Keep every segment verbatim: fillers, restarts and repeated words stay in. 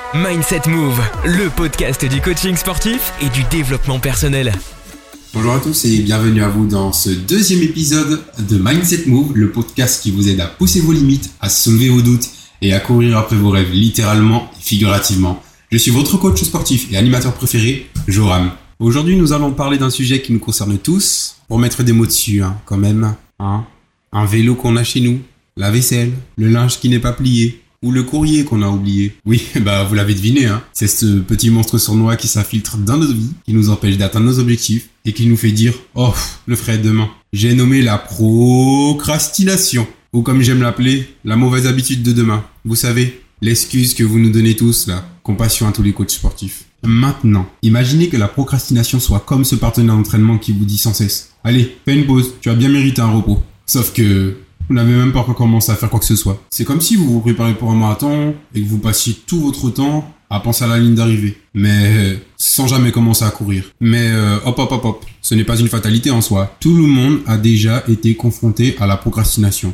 Mindset Move, le podcast du coaching sportif et du développement personnel. Bonjour à tous et bienvenue à vous dans ce deuxième épisode de Mindset Move, le podcast qui vous aide à pousser vos limites, à soulever vos doutes et à courir après vos rêves littéralement et figurativement. Je suis votre coach sportif et animateur préféré, Joram. Aujourd'hui, nous allons parler d'un sujet qui nous concerne tous, pour mettre des mots dessus, hein, quand même. Hein. Un vélo qu'on a chez nous, la vaisselle, le linge qui n'est pas plié, ou le courrier qu'on a oublié. Oui, bah vous l'avez deviné, hein. C'est ce petit monstre sournois qui s'infiltre dans notre vie, qui nous empêche d'atteindre nos objectifs, et qui nous fait dire « Oh, le ferai demain ». J'ai nommé la procrastination, ou comme j'aime l'appeler, la mauvaise habitude de demain. Vous savez, l'excuse que vous nous donnez tous, là. Compassion à tous les coachs sportifs. Maintenant, imaginez que la procrastination soit comme ce partenaire d'entraînement qui vous dit sans cesse « Allez, fais une pause, tu as bien mérité un repos ». Sauf que vous n'avez même pas encore commencé à faire quoi que ce soit. C'est comme si vous vous préparez pour un marathon et que vous passiez tout votre temps à penser à la ligne d'arrivée, mais sans jamais commencer à courir. Mais euh, hop hop hop hop, ce n'est pas une fatalité en soi. Tout le monde a déjà été confronté à la procrastination.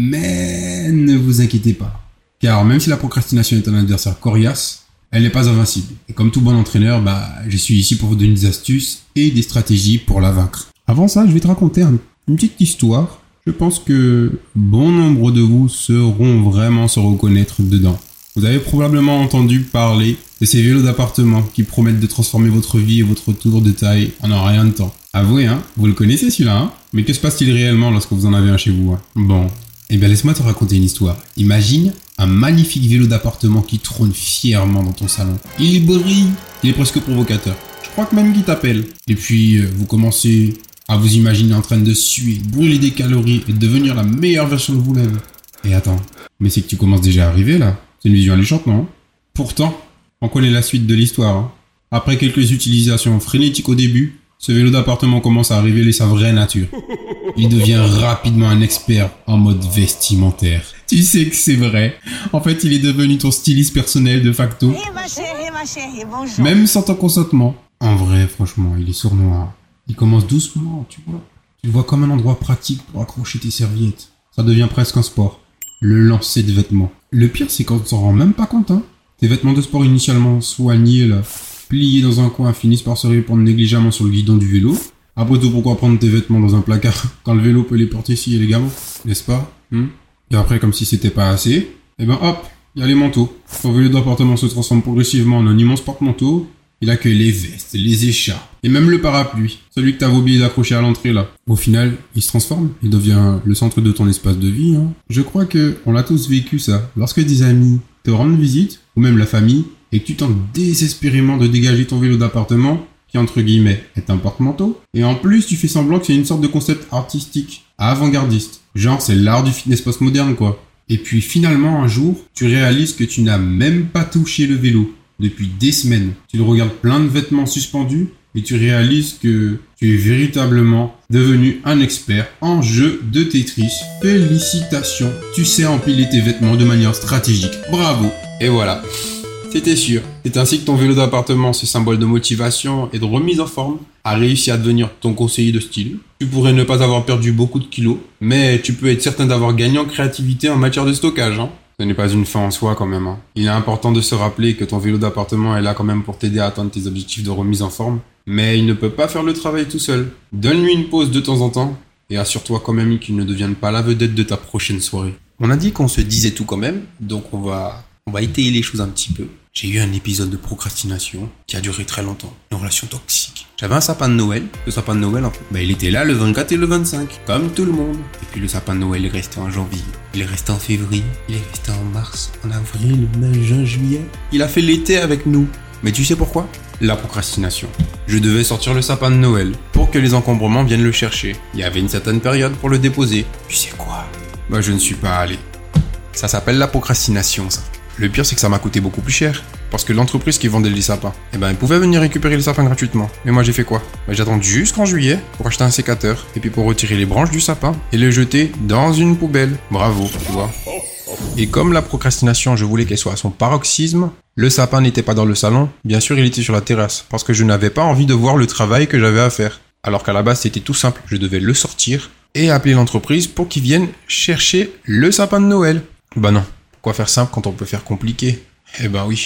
Mais ne vous inquiétez pas, car même si la procrastination est un adversaire coriace, elle n'est pas invincible. Et comme tout bon entraîneur, bah, je suis ici pour vous donner des astuces et des stratégies pour la vaincre. Avant ça, je vais te raconter un, une petite histoire. Je pense que bon nombre de vous sauront vraiment se reconnaître dedans. Vous avez probablement entendu parler de ces vélos d'appartement qui promettent de transformer votre vie et votre tour de taille en un rien de temps. Avouez, hein, vous le connaissez celui-là, hein? Mais que se passe-t-il réellement lorsque vous en avez un chez vous, hein? Bon, eh bien laisse-moi te raconter une histoire. Imagine un magnifique vélo d'appartement qui trône fièrement dans ton salon. Il brille, il est presque provocateur. Je crois que même qu'il t'appelle. Et puis, vous commencez à vous imaginer en train de suer, brûler des calories et devenir la meilleure version de vous-même. Et attends, mais c'est que tu commences déjà à arriver là. C'est une vision alléchante, non? Pourtant, on connaît la suite de l'histoire. Hein. Après quelques utilisations frénétiques au début, ce vélo d'appartement commence à révéler sa vraie nature. Il devient rapidement un expert en mode vestimentaire. Tu sais que c'est vrai. En fait, il est devenu ton styliste personnel de facto. Hey ma chérie, ma chérie, bonjour. Même sans ton consentement. En vrai, franchement, il est sournois. Il commence doucement, tu vois. Tu le vois comme un endroit pratique pour accrocher tes serviettes. Ça devient presque un sport. Le lancer de vêtements. Le pire, c'est qu'on ne s'en rend même pas compte, hein. Tes vêtements de sport initialement soignés, là, pliés dans un coin, finissent par se répandre négligemment sur le guidon du vélo. Après tout, pourquoi prendre tes vêtements dans un placard quand le vélo peut les porter si élégamment, n'est-ce pas? hmm Et après, comme si c'était pas assez, eh ben hop, il y a les manteaux. Ton vélo d'appartement se transforme progressivement en un immense porte-manteau. Il accueille les vestes, les écharpes, et même le parapluie. Celui que t'avais oublié d'accrocher à l'entrée, là. Au final, il se transforme. Il devient le centre de ton espace de vie, hein. Je crois que on l'a tous vécu, ça. Lorsque des amis te rendent visite, ou même la famille, et que tu tentes désespérément de dégager ton vélo d'appartement, qui, entre guillemets, est un porte-manteau, et en plus, tu fais semblant que c'est une sorte de concept artistique, avant-gardiste. Genre, c'est l'art du fitness post-moderne, quoi. Et puis, finalement, un jour, tu réalises que tu n'as même pas touché le vélo. Depuis des semaines, tu le regardes plein de vêtements suspendus et tu réalises que tu es véritablement devenu un expert en jeu de Tetris. Félicitations, tu sais empiler tes vêtements de manière stratégique. Bravo. Et voilà, c'était sûr. C'est ainsi que ton vélo d'appartement, ce symbole de motivation et de remise en forme, a réussi à devenir ton conseiller de style. Tu pourrais ne pas avoir perdu beaucoup de kilos, mais tu peux être certain d'avoir gagné en créativité en matière de stockage, hein. Ce n'est pas une fin en soi quand même. Hein. Il est important de se rappeler que ton vélo d'appartement est là quand même pour t'aider à atteindre tes objectifs de remise en forme. Mais il ne peut pas faire le travail tout seul. Donne-lui une pause de temps en temps et assure-toi quand même qu'il ne devienne pas la vedette de ta prochaine soirée. On a dit qu'on se disait tout quand même, donc on va, on va étayer les choses un petit peu. J'ai eu un épisode de procrastination qui a duré très longtemps. Une relation toxique. J'avais un sapin de Noël. Le sapin de Noël, en fait, bah, il était là le vingt-quatre et le vingt-cinq, comme tout le monde. Et puis le sapin de Noël est resté en janvier. Il est resté en février. Il est resté en mars, en avril, mai, juin, juillet. Il a fait l'été avec nous. Mais tu sais pourquoi? La procrastination. Je devais sortir le sapin de Noël pour que les encombrements viennent le chercher. Il y avait une certaine période pour le déposer. Tu sais quoi? Bah je ne suis pas allé. Ça s'appelle la procrastination, ça. Le pire, c'est que ça m'a coûté beaucoup plus cher. Parce que l'entreprise qui vendait les sapins, eh ben, elle pouvait venir récupérer les sapins gratuitement. Mais moi, j'ai fait quoi? Ben, j'ai attendu jusqu'en juillet pour acheter un sécateur. Et puis pour retirer les branches du sapin et les jeter dans une poubelle. Bravo, tu vois. Et comme la procrastination, je voulais qu'elle soit à son paroxysme, le sapin n'était pas dans le salon. Bien sûr, il était sur la terrasse. Parce que je n'avais pas envie de voir le travail que j'avais à faire. Alors qu'à la base, c'était tout simple. Je devais le sortir et appeler l'entreprise pour qu'ils viennent chercher le sapin de Noël. Bah non. Pourquoi faire simple quand on peut faire compliqué? Eh ben oui.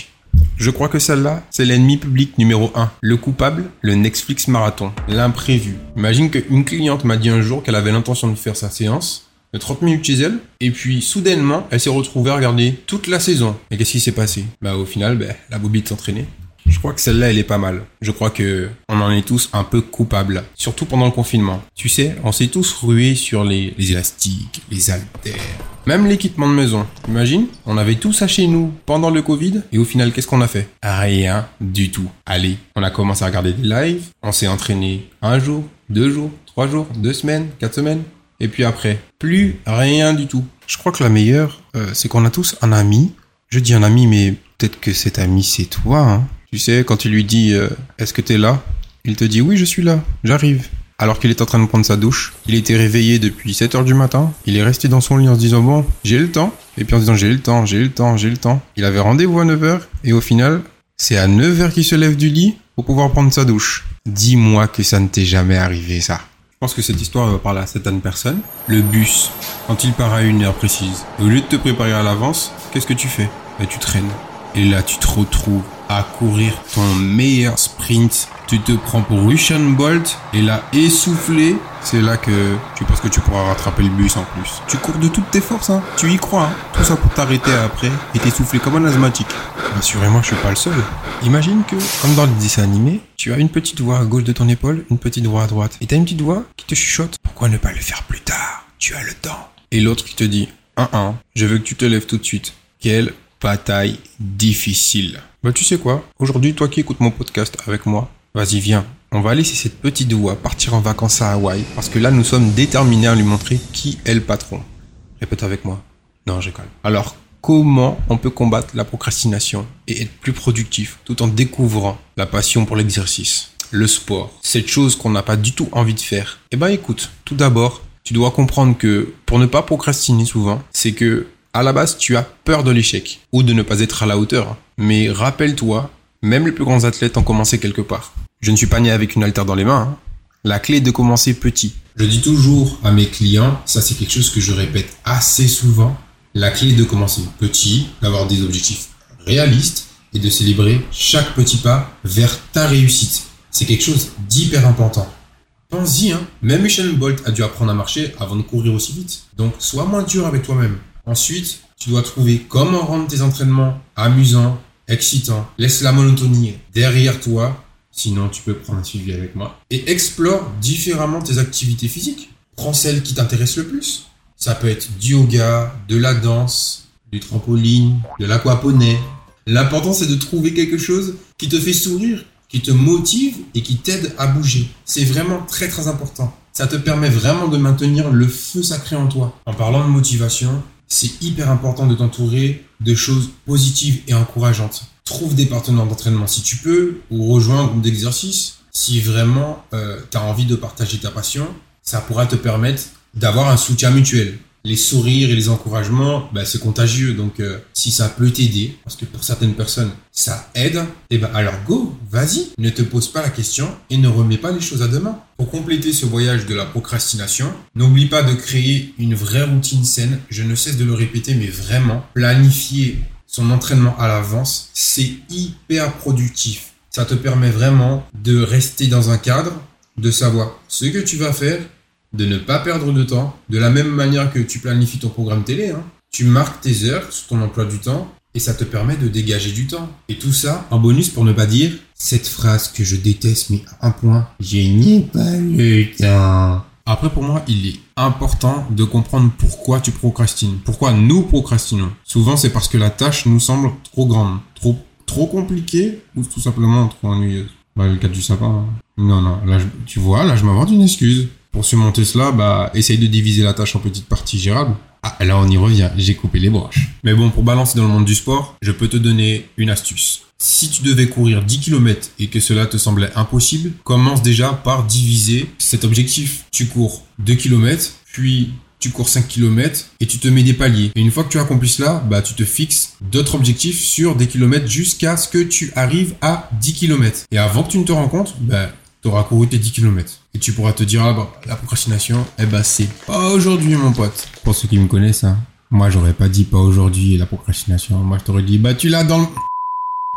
Je crois que celle-là, c'est l'ennemi public numéro un. Le coupable, le Netflix marathon. L'imprévu. Imagine qu'une cliente m'a dit un jour qu'elle avait l'intention de faire sa séance de trente minutes chez elle, et puis soudainement, elle s'est retrouvée à regarder toute la saison. Et qu'est-ce qui s'est passé? Bah au final, bah, la bobite s'entraînait. Je crois que celle-là, elle est pas mal. Je crois que on en est tous un peu coupables. Surtout pendant le confinement. Tu sais, on s'est tous rués sur les, les élastiques, les haltères, même l'équipement de maison. Imagine, on avait tout ça chez nous pendant le Covid, et au final, qu'est-ce qu'on a fait? Rien du tout. Allez, on a commencé à regarder des lives, on s'est entraîné un jour, deux jours, trois jours, deux semaines, quatre semaines. Et puis après, plus rien du tout. Je crois que la meilleure, euh, c'est qu'on a tous un ami. Je dis un ami, mais peut-être que cet ami, c'est toi, hein. Tu sais, quand tu lui dis euh, « Est-ce que t'es là ?» Il te dit « Oui, je suis là, j'arrive. » Alors qu'il est en train de prendre sa douche. Il était réveillé depuis sept heures du matin. Il est resté dans son lit en se disant « Bon, j'ai le temps. » Et puis en se disant « J'ai le temps, j'ai le temps, j'ai le temps. » Il avait rendez-vous à neuf heures. Et au final, c'est à neuf heures qu'il se lève du lit pour pouvoir prendre sa douche. Dis-moi que ça ne t'est jamais arrivé, ça. Je pense que cette histoire va parler à certaines personnes. Le bus, quand il part à une heure précise, au lieu de te préparer à l'avance, qu'est-ce que tu fais? Ben, tu traînes. Et là, tu te retrouves à courir ton meilleur sprint. Tu te prends pour Usain Bolt. Et là, essoufflé, c'est là que tu penses que tu pourras rattraper le bus en plus. Tu cours de toutes tes forces, hein. Tu y crois, hein. Tout ça pour t'arrêter après et t'essouffler comme un asthmatique. Rassurez-moi, je suis pas le seul. Imagine que, comme dans les dessins animés, tu as une petite voix à gauche de ton épaule, une petite voix à droite. Et t'as une petite voix qui te chuchote. Pourquoi ne pas le faire plus tard? Tu as le temps. Et l'autre qui te dit, un, un, je veux que tu te lèves tout de suite. Quelle bataille difficile. Bah tu sais quoi? Aujourd'hui, toi qui écoutes mon podcast avec moi, vas-y viens. On va laisser cette petite voix partir en vacances à Hawaï. Parce que là, nous sommes déterminés à lui montrer qui est le patron. Répète avec moi. Non, je déconne. Alors, comment on peut combattre la procrastination et être plus productif tout en découvrant la passion pour l'exercice, le sport, cette chose qu'on n'a pas du tout envie de faire? Eh ben écoute, tout d'abord, tu dois comprendre que pour ne pas procrastiner souvent, c'est que à la base, tu as peur de l'échec ou de ne pas être à la hauteur. Mais rappelle-toi, même les plus grands athlètes ont commencé quelque part. Je ne suis pas né avec une haltère dans les mains, hein. La clé est de commencer petit. Je dis toujours à mes clients, ça c'est quelque chose que je répète assez souvent, la clé est de commencer petit, d'avoir des objectifs réalistes et de célébrer chaque petit pas vers ta réussite. C'est quelque chose d'hyper important. Pense-y, hein. Même Usain Bolt a dû apprendre à marcher avant de courir aussi vite. Donc, sois moins dur avec toi-même. Ensuite, tu dois trouver comment rendre tes entraînements amusants, excitants. Laisse la monotonie derrière toi, sinon tu peux prendre un suivi avec moi. Et explore différemment tes activités physiques. Prends celle qui t'intéresse le plus. Ça peut être du yoga, de la danse, du trampoline, de l'aquaponie. L'important, c'est de trouver quelque chose qui te fait sourire, qui te motive et qui t'aide à bouger. C'est vraiment très très important. Ça te permet vraiment de maintenir le feu sacré en toi. En parlant de motivation, c'est hyper important de t'entourer de choses positives et encourageantes. Trouve des partenaires d'entraînement si tu peux, ou rejoins un groupe d'exercice. Si vraiment euh, tu as envie de partager ta passion, ça pourra te permettre d'avoir un soutien mutuel. Les sourires et les encouragements, bah, c'est contagieux. Donc, euh, si ça peut t'aider, parce que pour certaines personnes, ça aide, et ben alors go, vas-y. Ne te pose pas la question et ne remets pas les choses à demain. Pour compléter ce voyage de la procrastination, n'oublie pas de créer une vraie routine saine. Je ne cesse de le répéter, mais vraiment, planifier son entraînement à l'avance, c'est hyper productif. Ça te permet vraiment de rester dans un cadre, de savoir ce que tu vas faire, de ne pas perdre de temps, de la même manière que tu planifies ton programme télé, hein. Tu marques tes heures sur ton emploi du temps et ça te permet de dégager du temps. Et tout ça en bonus pour ne pas dire cette phrase que je déteste mais à un point, je n'ai pas le temps. Après pour moi, il est important de comprendre pourquoi tu procrastines, pourquoi nous procrastinons. Souvent c'est parce que la tâche nous semble trop grande, trop, trop compliquée ou tout simplement trop ennuyeuse. Bah, le cas du sapin. Hein. Non, non, là, je, tu vois, là je m'invente une excuse. Pour surmonter cela, bah, essaye de diviser la tâche en petites parties gérables. Ah, là, on y revient. J'ai coupé les broches. Mais bon, pour balancer dans le monde du sport, je peux te donner une astuce. Si tu devais courir dix kilomètres et que cela te semblait impossible, commence déjà par diviser cet objectif. Tu cours deux kilomètres, puis tu cours cinq kilomètres et tu te mets des paliers. Et une fois que tu accomplis cela, bah, tu te fixes d'autres objectifs sur des kilomètres jusqu'à ce que tu arrives à dix kilomètres. Et avant que tu ne te rends compte, bah, tu auras couru tes dix kilomètres. Et tu pourras te dire, ah bah, la procrastination, eh bah, c'est pas aujourd'hui, mon pote. Pour ceux qui me connaissent, hein, moi, j'aurais pas dit pas aujourd'hui la procrastination. Moi, je t'aurais dit, bah, tu l'as dans le...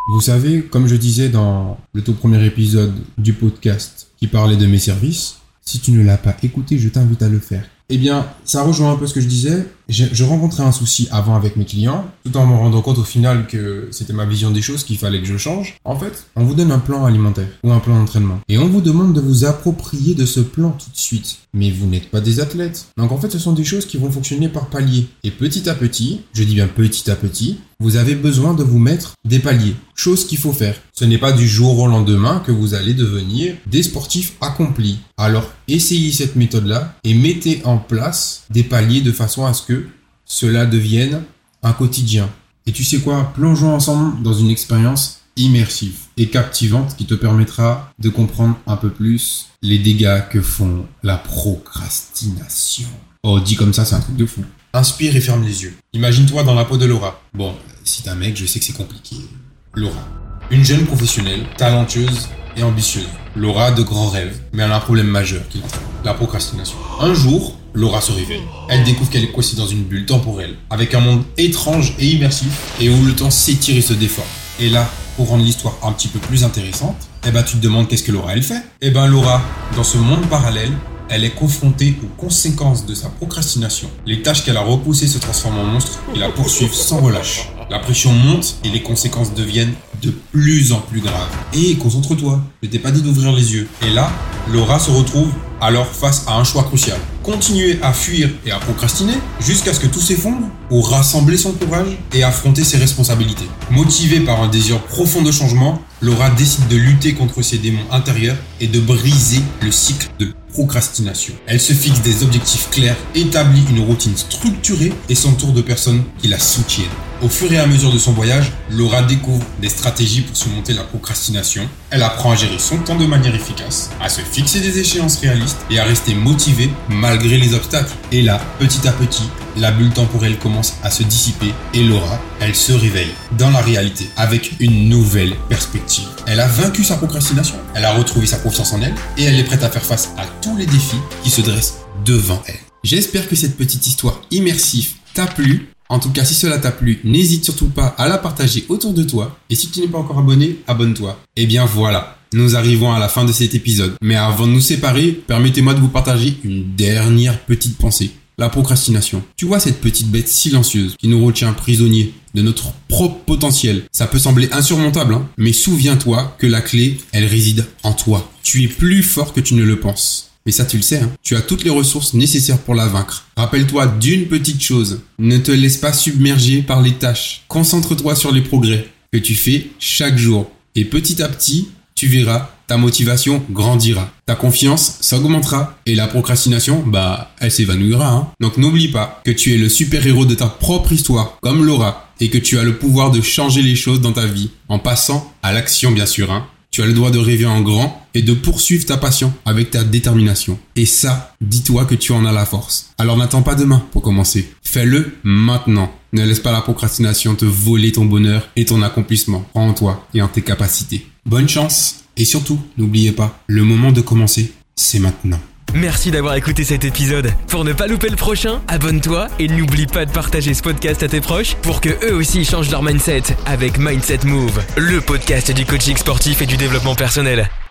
Vous savez, comme je disais dans le tout premier épisode du podcast qui parlait de mes services, si tu ne l'as pas écouté, je t'invite à le faire. Eh bien, ça rejoint un peu ce que je disais. Je, je rencontrais un souci avant avec mes clients, tout en me rendant compte au final que c'était ma vision des choses qu'il fallait que je change. En fait, on vous donne un plan alimentaire ou un plan d'entraînement. Et on vous demande de vous approprier de ce plan tout de suite. Mais vous n'êtes pas des athlètes. Donc en fait, ce sont des choses qui vont fonctionner par paliers. Et petit à petit, je dis bien petit à petit, vous avez besoin de vous mettre des paliers. Chose qu'il faut faire. Ce n'est pas du jour au lendemain que vous allez devenir des sportifs accomplis. Alors, essayez cette méthode-là et mettez en place des paliers de façon à ce que cela devienne un quotidien. Et tu sais quoi? Plongeons ensemble dans une expérience immersive et captivante qui te permettra de comprendre un peu plus les dégâts que font la procrastination. Oh, dit comme ça, c'est un truc de fou. Inspire et ferme les yeux. Imagine-toi dans la peau de Laura. Bon, si t'es un mec, je sais que c'est compliqué. Laura. Une jeune professionnelle, talentueuse et ambitieuse. Laura a de grands rêves, mais elle a un problème majeur qui l'entraîne, la procrastination. Un jour, Laura se réveille. Elle découvre qu'elle est coincée dans une bulle temporelle, avec un monde étrange et immersif, et où le temps s'étire et se déforme. Et là, pour rendre l'histoire un petit peu plus intéressante, eh ben tu te demandes qu'est-ce que Laura elle fait? Eh ben Laura, dans ce monde parallèle, elle est confrontée aux conséquences de sa procrastination. Les tâches qu'elle a repoussées se transforment en monstres et la poursuivent sans relâche. La pression monte et les conséquences deviennent de plus en plus graves. Et concentre-toi, je t'ai pas dit d'ouvrir les yeux. Et là, Laura se retrouve alors face à un choix crucial. Continuer à fuir et à procrastiner jusqu'à ce que tout s'effondre ou rassembler son courage et affronter ses responsabilités. Motivée par un désir profond de changement, Laura décide de lutter contre ses démons intérieurs et de briser le cycle de procrastination. Elle se fixe des objectifs clairs, établit une routine structurée et s'entoure de personnes qui la soutiennent. Au fur et à mesure de son voyage, Laura découvre des stratégies pour surmonter la procrastination. Elle apprend à gérer son temps de manière efficace, à se fixer des échéances réalistes et à rester motivée malgré les obstacles. Et là, petit à petit, la bulle temporelle commence à se dissiper et Laura, elle se réveille dans la réalité avec une nouvelle perspective. Elle a vaincu sa procrastination, elle a retrouvé sa confiance en elle et elle est prête à faire face à tous les défis qui se dressent devant elle. J'espère que cette petite histoire immersive t'a plu. En tout cas, si cela t'a plu, n'hésite surtout pas à la partager autour de toi. Et si tu n'es pas encore abonné, abonne-toi. Et bien voilà, nous arrivons à la fin de cet épisode. Mais avant de nous séparer, permettez-moi de vous partager une dernière petite pensée. La procrastination. Tu vois cette petite bête silencieuse qui nous retient prisonniers de notre propre potentiel. Ça peut sembler insurmontable, hein, mais souviens-toi que la clé, elle réside en toi. Tu es plus fort que tu ne le penses. Mais ça, tu le sais, hein. Tu as toutes les ressources nécessaires pour la vaincre. Rappelle-toi d'une petite chose. Ne te laisse pas submerger par les tâches. Concentre-toi sur les progrès que tu fais chaque jour. Et petit à petit, tu verras, ta motivation grandira. Ta confiance s'augmentera. Et la procrastination, bah, elle s'évanouira, hein. Donc n'oublie pas que tu es le super-héros de ta propre histoire, comme Laura. Et que tu as le pouvoir de changer les choses dans ta vie. En passant à l'action, bien sûr, hein. Tu as le droit de rêver en grand et de poursuivre ta passion avec ta détermination. Et ça, dis-toi que tu en as la force. Alors n'attends pas demain pour commencer. Fais-le maintenant. Ne laisse pas la procrastination te voler ton bonheur et ton accomplissement. Crois en toi et en tes capacités. Bonne chance et surtout, n'oubliez pas, le moment de commencer, c'est maintenant. Merci d'avoir écouté cet épisode. Pour ne pas louper le prochain, abonne-toi et n'oublie pas de partager ce podcast à tes proches pour que eux aussi changent leur mindset avec Mindset Move, le podcast du coaching sportif et du développement personnel.